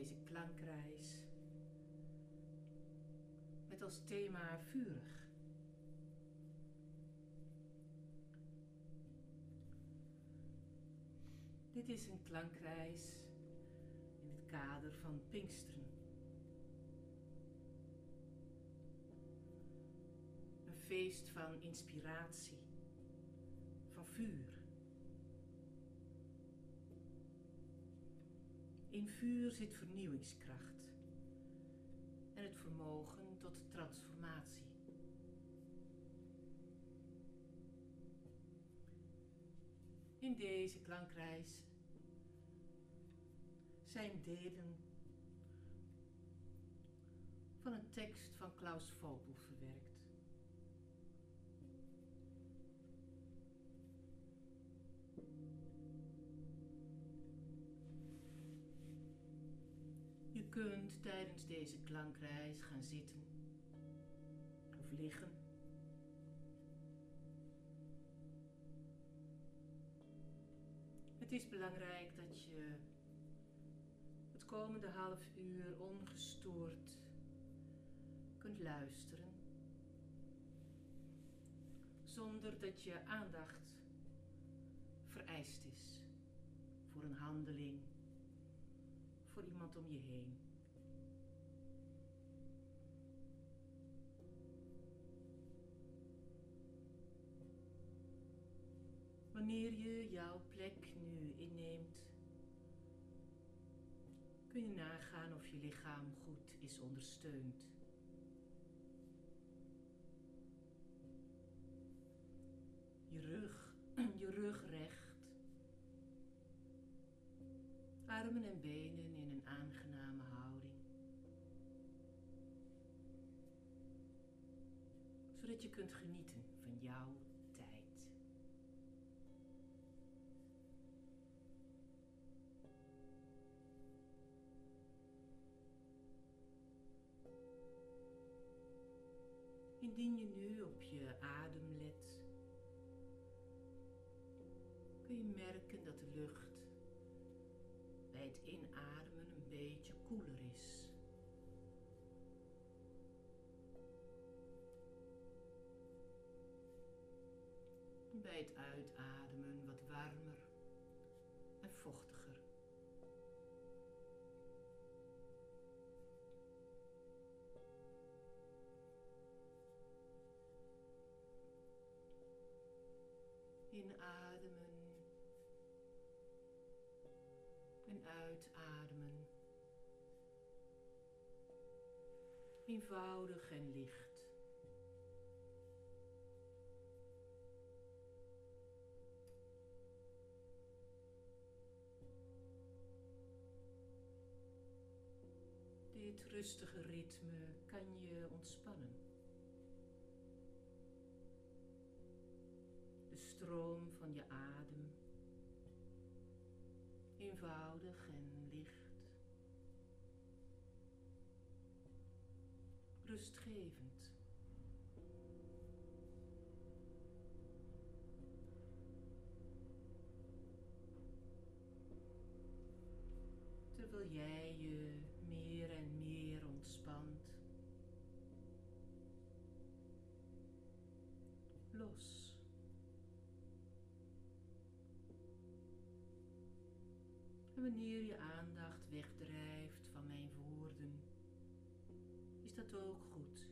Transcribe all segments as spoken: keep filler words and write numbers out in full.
deze klankreis met als thema vurig. Dit is een klankreis in het kader van Pinksteren. Een feest van inspiratie, van vuur. In vuur zit vernieuwingskracht en het vermogen tot transformatie. In deze klankreis zijn delen van een tekst van Klaus Vogel verwerkt. Je kunt tijdens deze klankreis gaan zitten of liggen. Het is belangrijk dat je het komende half uur ongestoord kunt luisteren, zonder dat je aandacht vereist is voor een handeling, voor iemand om je heen. Wanneer je jouw plek nu inneemt, kun je nagaan of je lichaam goed is ondersteund. Je rug, je rug recht. Armen en benen in een aangename houding. Zodat je kunt genieten van jouw tijd. Indien je nu op je adem let, kun je merken dat de lucht bij het inademen een beetje koeler is. Bij het uitademen wat warmer en vochtiger. Inademen en uitademen. Eenvoudig en licht. Dit rustige ritme kan je ontspannen. De stroom van je adem, eenvoudig en licht, rustgevend. Terwijl jij je meer en meer ontspant, los. En wanneer je aandacht wegdrijft van mijn woorden, is dat ook goed.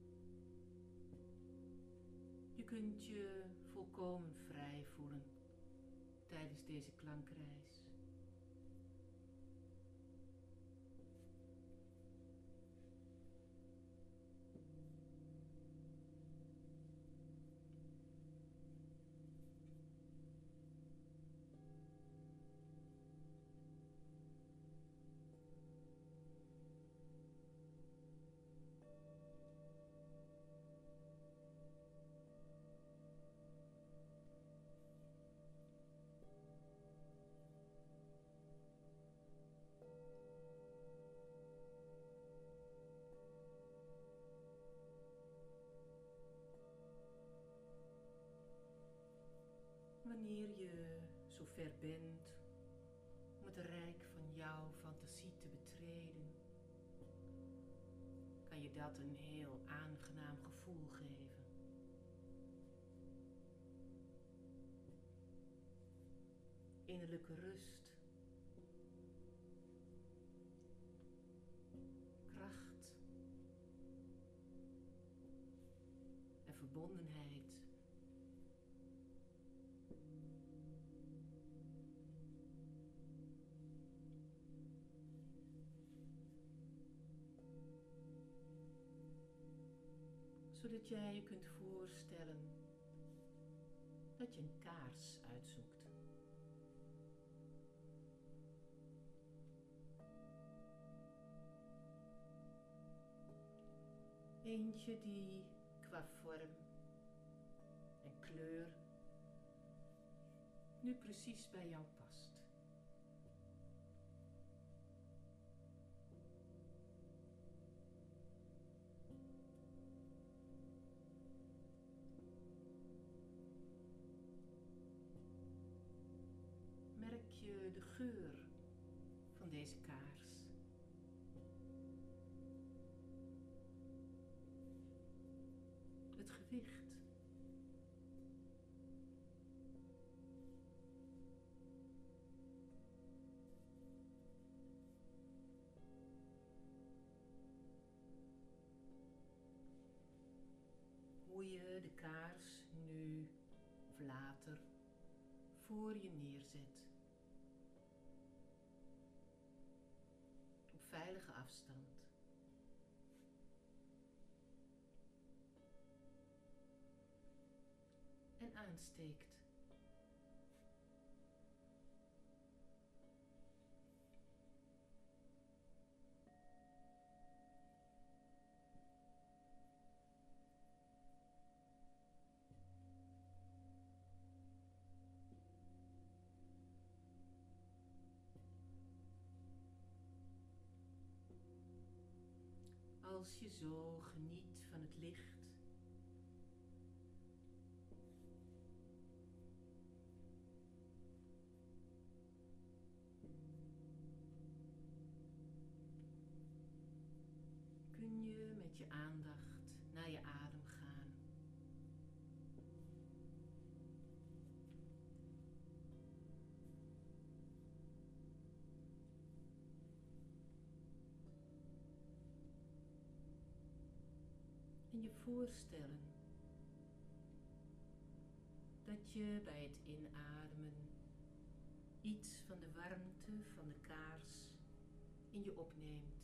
Je kunt je volkomen vrij voelen tijdens deze klankreis. Wanneer je zover bent om het rijk van jouw fantasie te betreden, kan je dat een heel aangenaam gevoel geven. Innerlijke rust, kracht en verbondenheid. Zodat jij je kunt voorstellen dat je een kaars uitzoekt. Eentje die qua vorm en kleur nu precies bij jou past. Merk je de geur van deze kaars? Het gewicht. Hoe je de kaars nu of later voor je neerzet. Op veilige afstand. En aansteekt. Als je zo geniet van het licht, kun je met je aandacht naar je adem gaan. En je voorstellen dat je bij het inademen iets van de warmte van de kaars in je opneemt.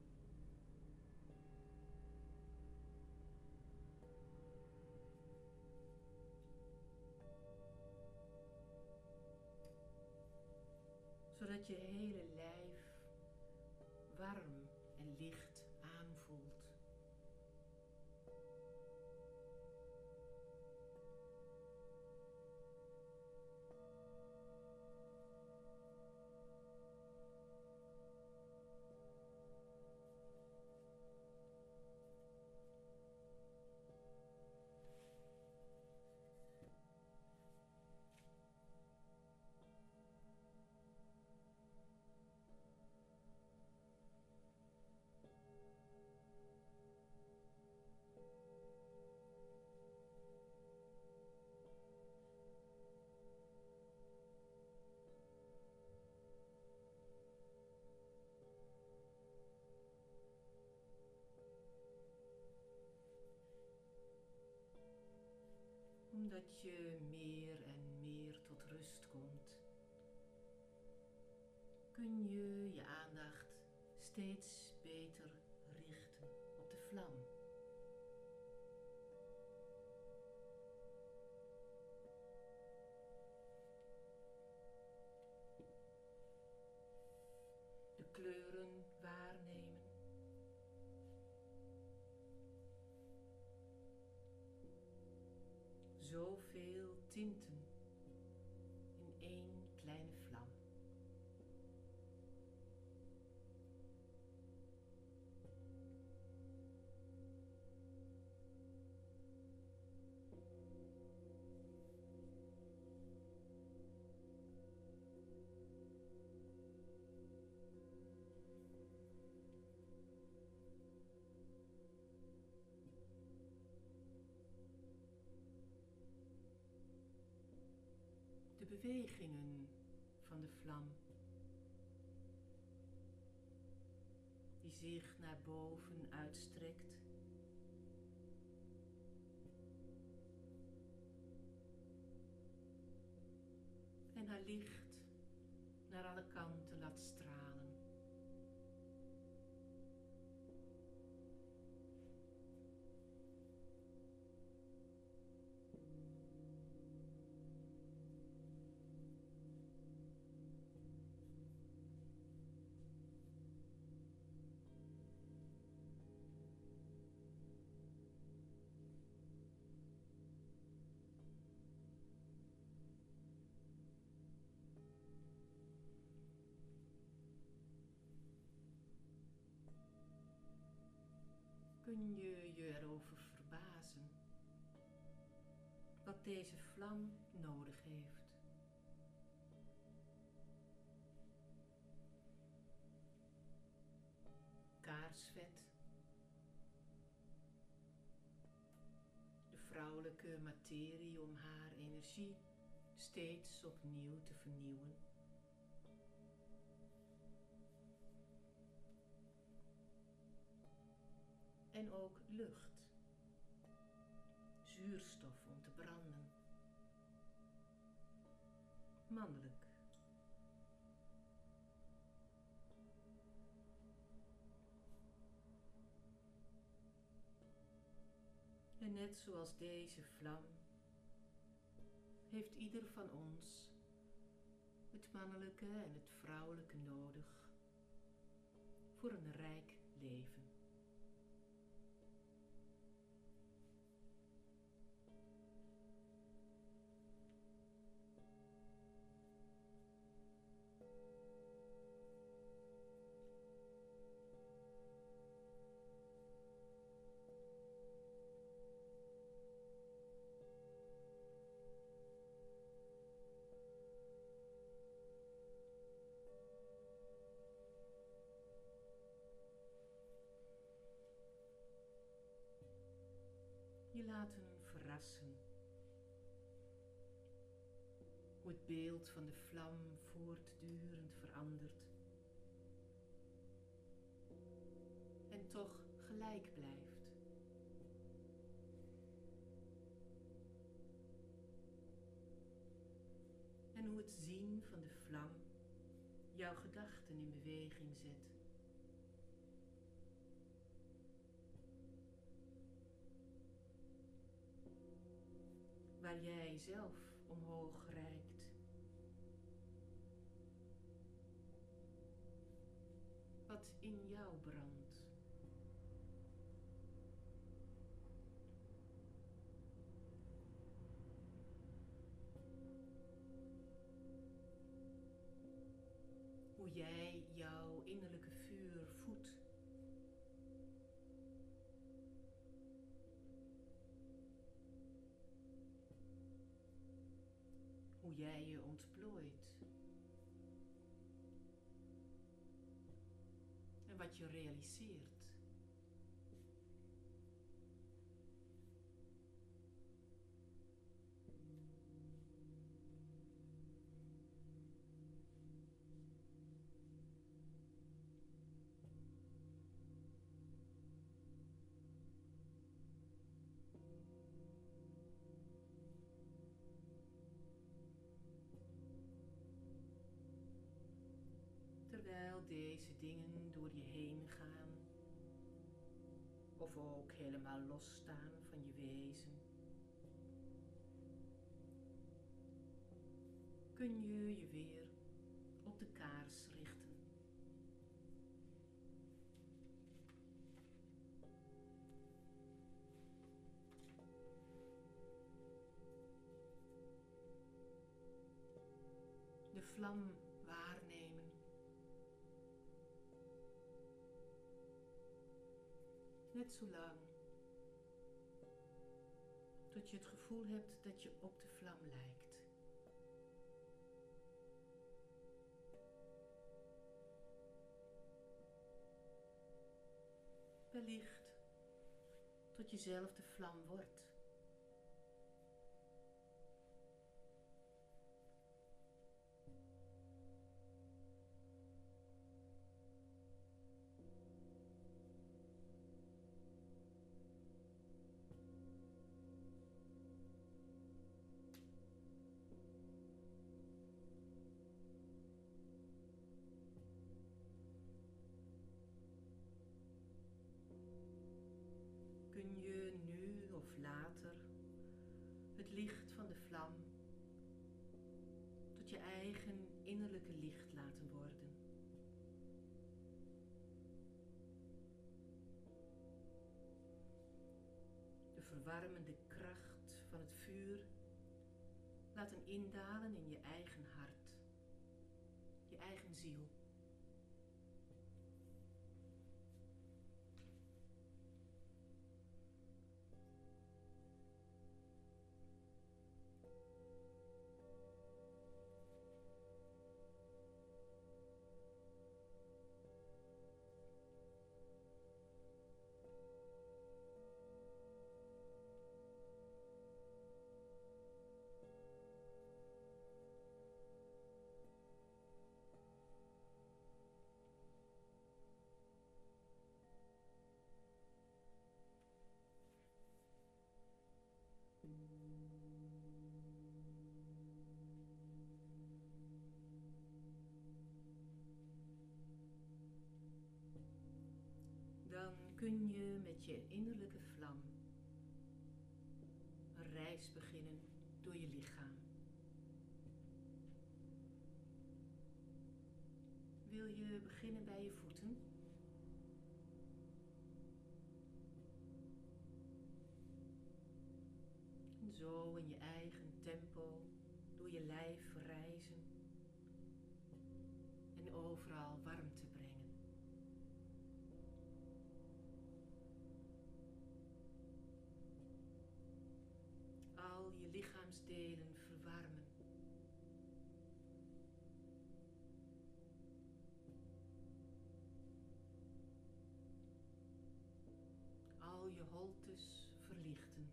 Zodat je hele lijf warm en licht aanvoelt. Omdat je meer en meer tot rust komt, kun je je aandacht steeds beter richten op de vlam. De kleuren waarnemen. Zoveel tinten in één kleine vlam. bewegingen van de vlam, die zich naar boven uitstrekt. En haar licht naar alle kanten laat stralen. Kun je je erover verbazen wat deze vlam nodig heeft? Kaarsvet, de vrouwelijke materie om haar energie steeds opnieuw te vernieuwen. En ook lucht, zuurstof om te branden. Mannelijk. En net zoals deze vlam heeft ieder van ons het mannelijke en het vrouwelijke nodig voor een rijk leven. Je laten verrassen hoe het beeld van de vlam voortdurend verandert en toch gelijk blijft. En hoe het zien van de vlam jouw gedachten in beweging zet. Waar jij zelf omhoog reikt. Wat in jou brandt. Hoe jij jouw innerlijke vuur voedt. Hoe jij je ontplooit. En wat je realiseert. Terwijl deze dingen door je heen gaan, of ook helemaal losstaan van je wezen, kun je je weer op de kaars richten. De vlam waarnemen. Net zo lang tot je het gevoel hebt dat je op de vlam lijkt. Wellicht tot je zelf de vlam wordt. licht van de vlam tot je eigen innerlijke licht laten worden. De verwarmende kracht van het vuur laten indalen in je eigen hart, je eigen ziel. Dan kun je met je innerlijke vlam een reis beginnen door je lichaam. Wil je beginnen bij je voeten? En zo in je eigen tempo door je lijf reizen en overal warmte brengen. Al je lichaamsdelen verwarmen. Al je holtes verlichten.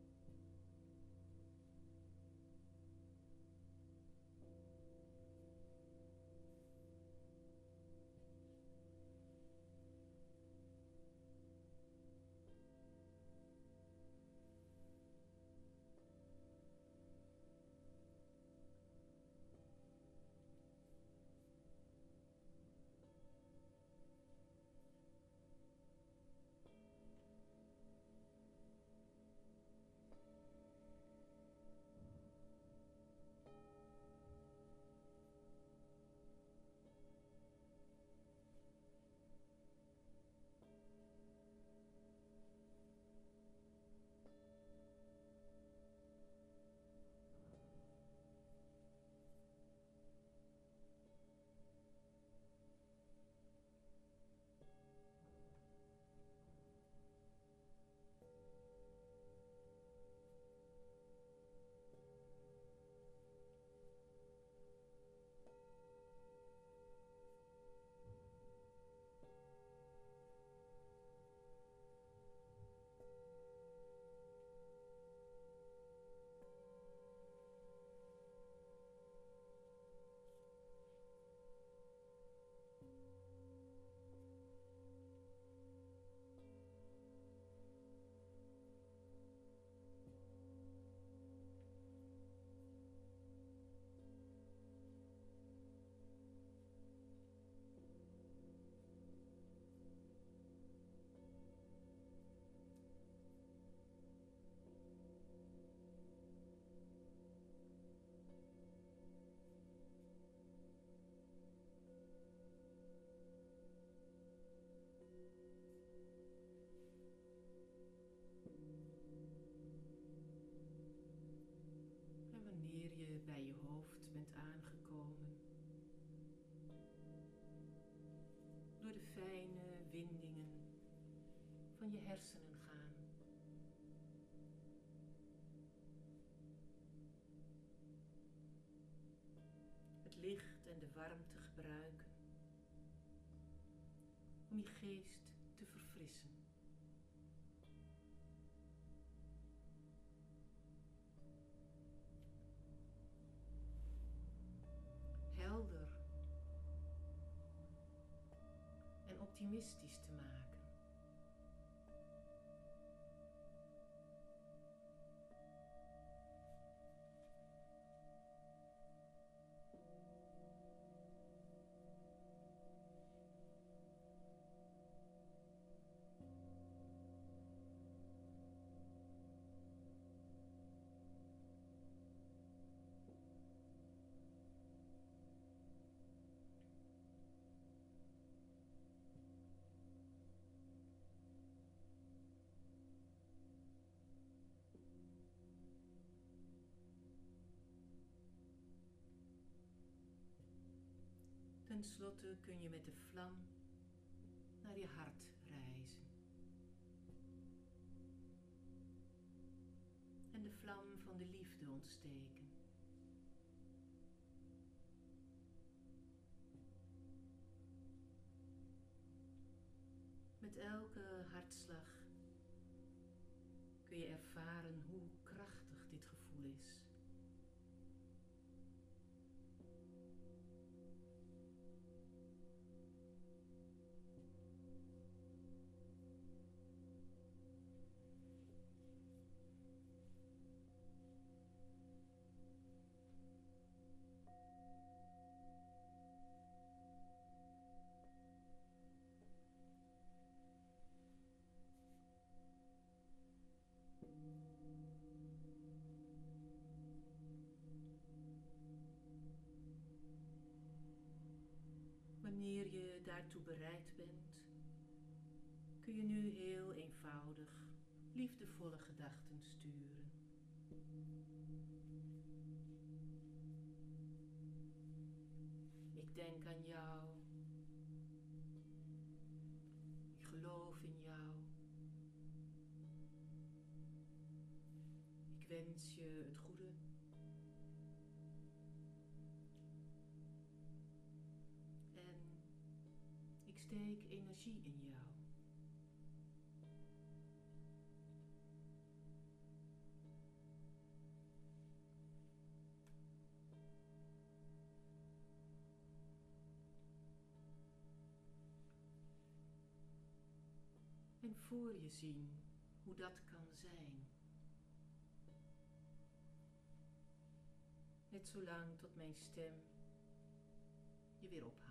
Bij je hoofd bent aangekomen, door de fijne windingen van je hersenen gaan. Het licht en de warmte gebruiken om je geest te verfrissen. Helder en optimistisch te maken. Ten slotte kun je met de vlam naar je hart reizen. En de vlam van de liefde ontsteken. Met elke hartslag kun je ervaren hoe krachtig dit gevoel is. Wanneer je daartoe bereid bent, kun je nu heel eenvoudig liefdevolle gedachten sturen. Ik denk aan jou. Ik geloof in jou. Ik wens je het goede. En ik steek energie in jou. En voor je zien hoe dat kan zijn. Net zolang tot mijn stem je weer ophaalt.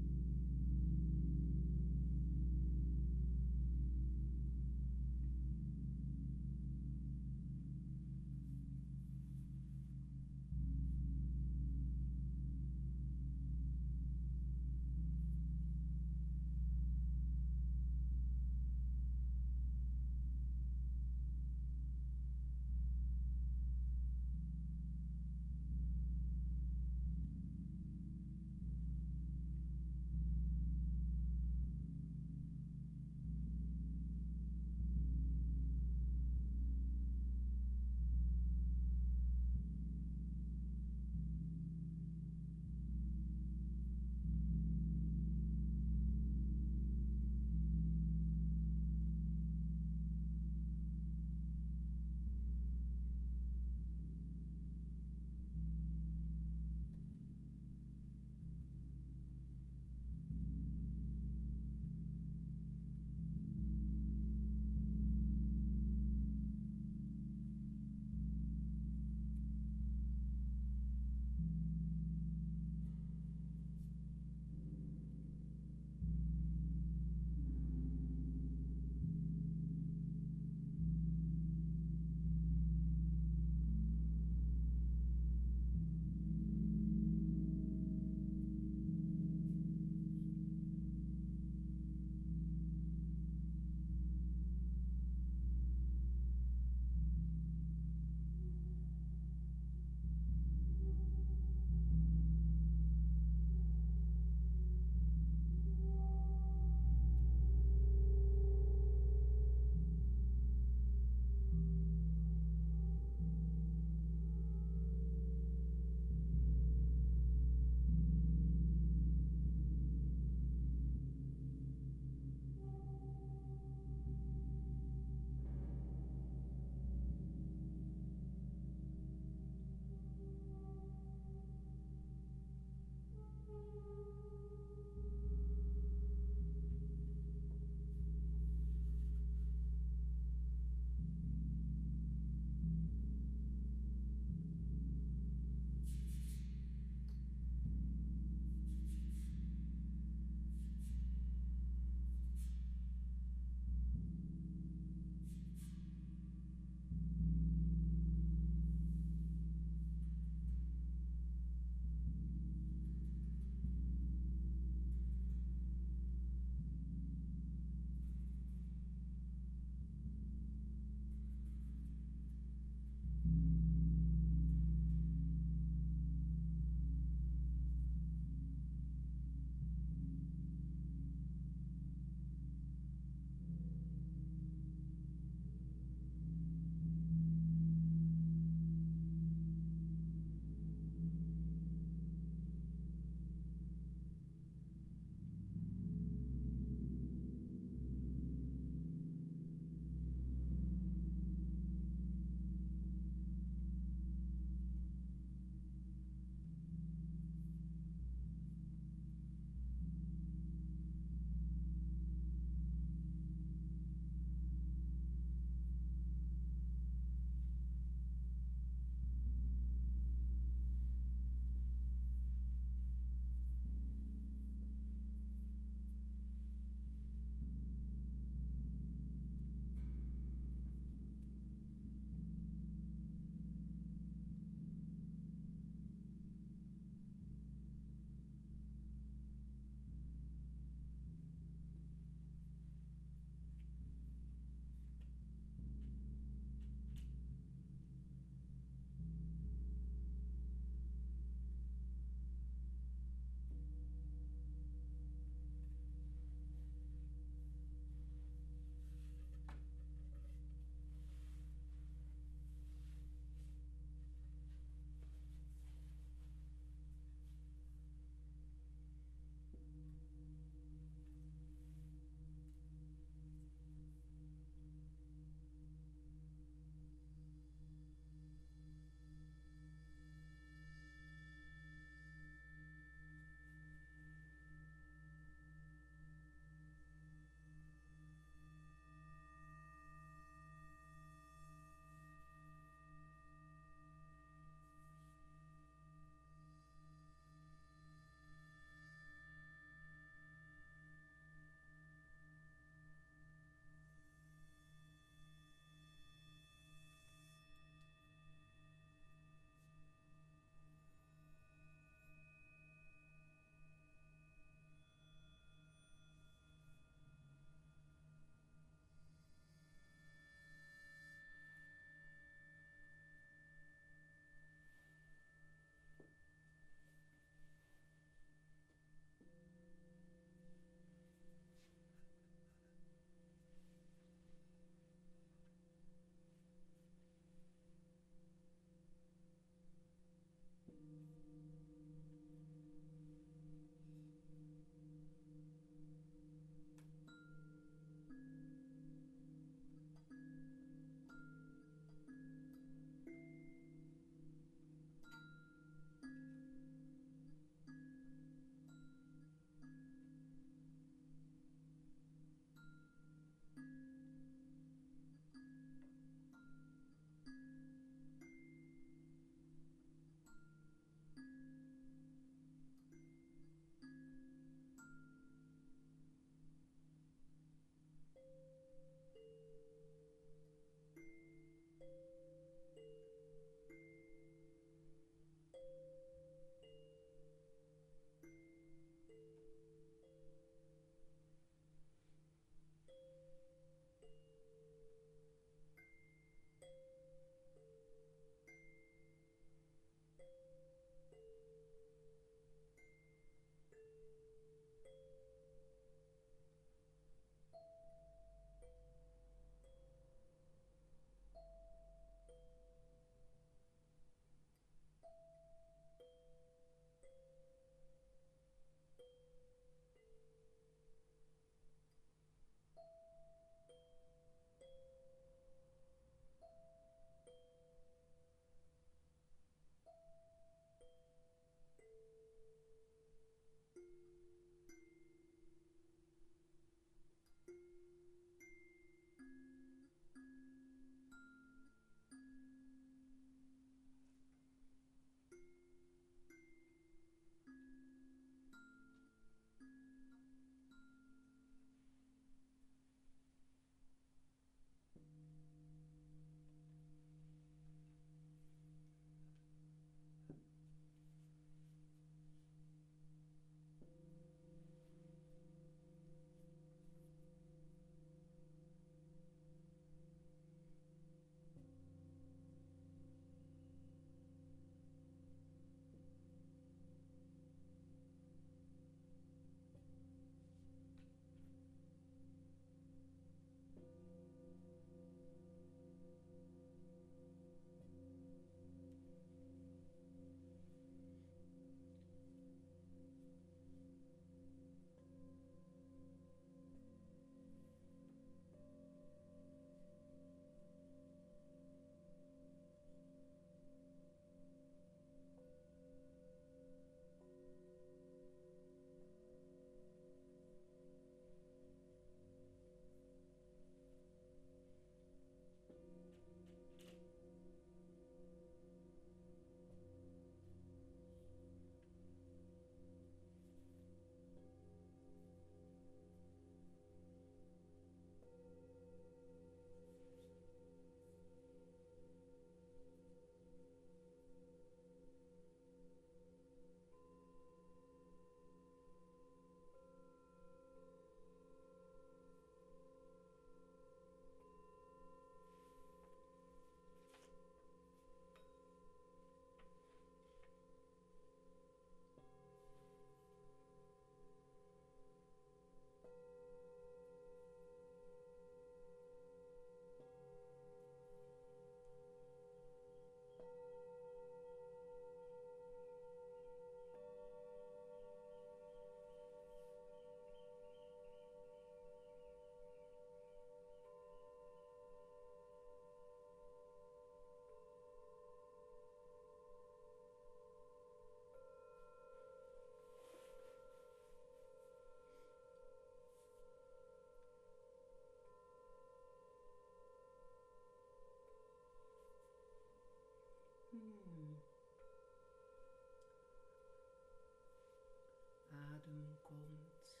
komt.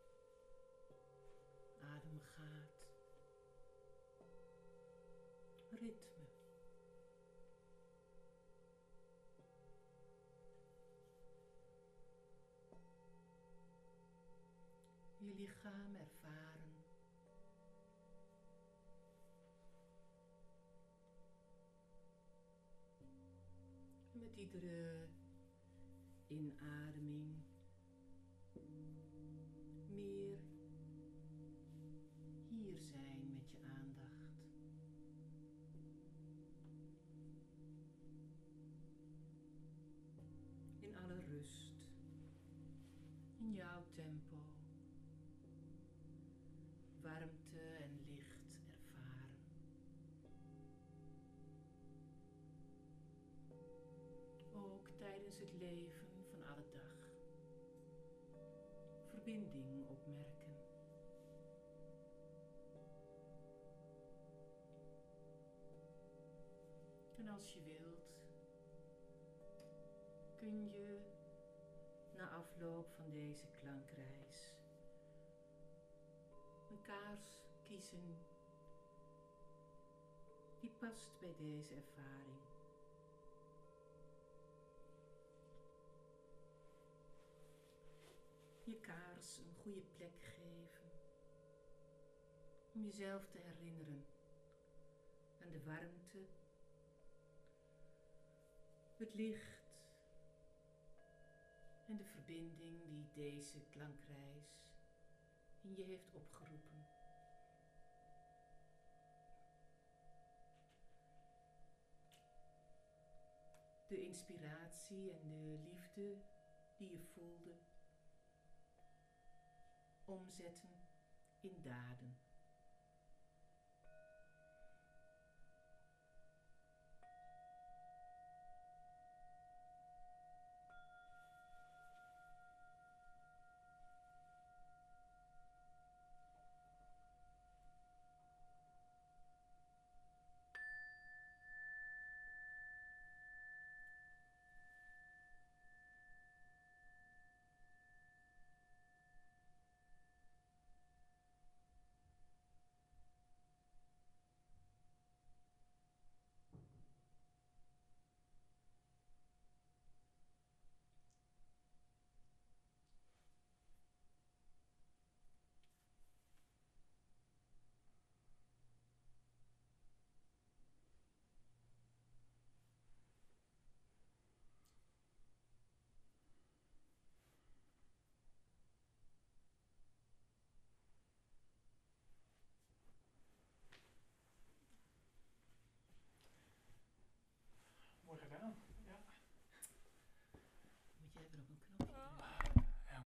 Adem gaat. Ritme. Je lichaam ervaren. Met iedere inademing meer hier zijn met je aandacht. In alle rust, in jouw tempo, warmte en licht ervaren. Ook tijdens het leven van alle dag. Verbinding opmerken. En als je wilt, kun je na afloop van deze klankreis een kaars kiezen die past bij deze ervaring. Je kaars een goede plek geven om jezelf te herinneren aan de warmte, het licht en de verbinding die deze klankreis in je heeft opgeroepen. De inspiratie en de liefde die je voelde, omzetten in daden.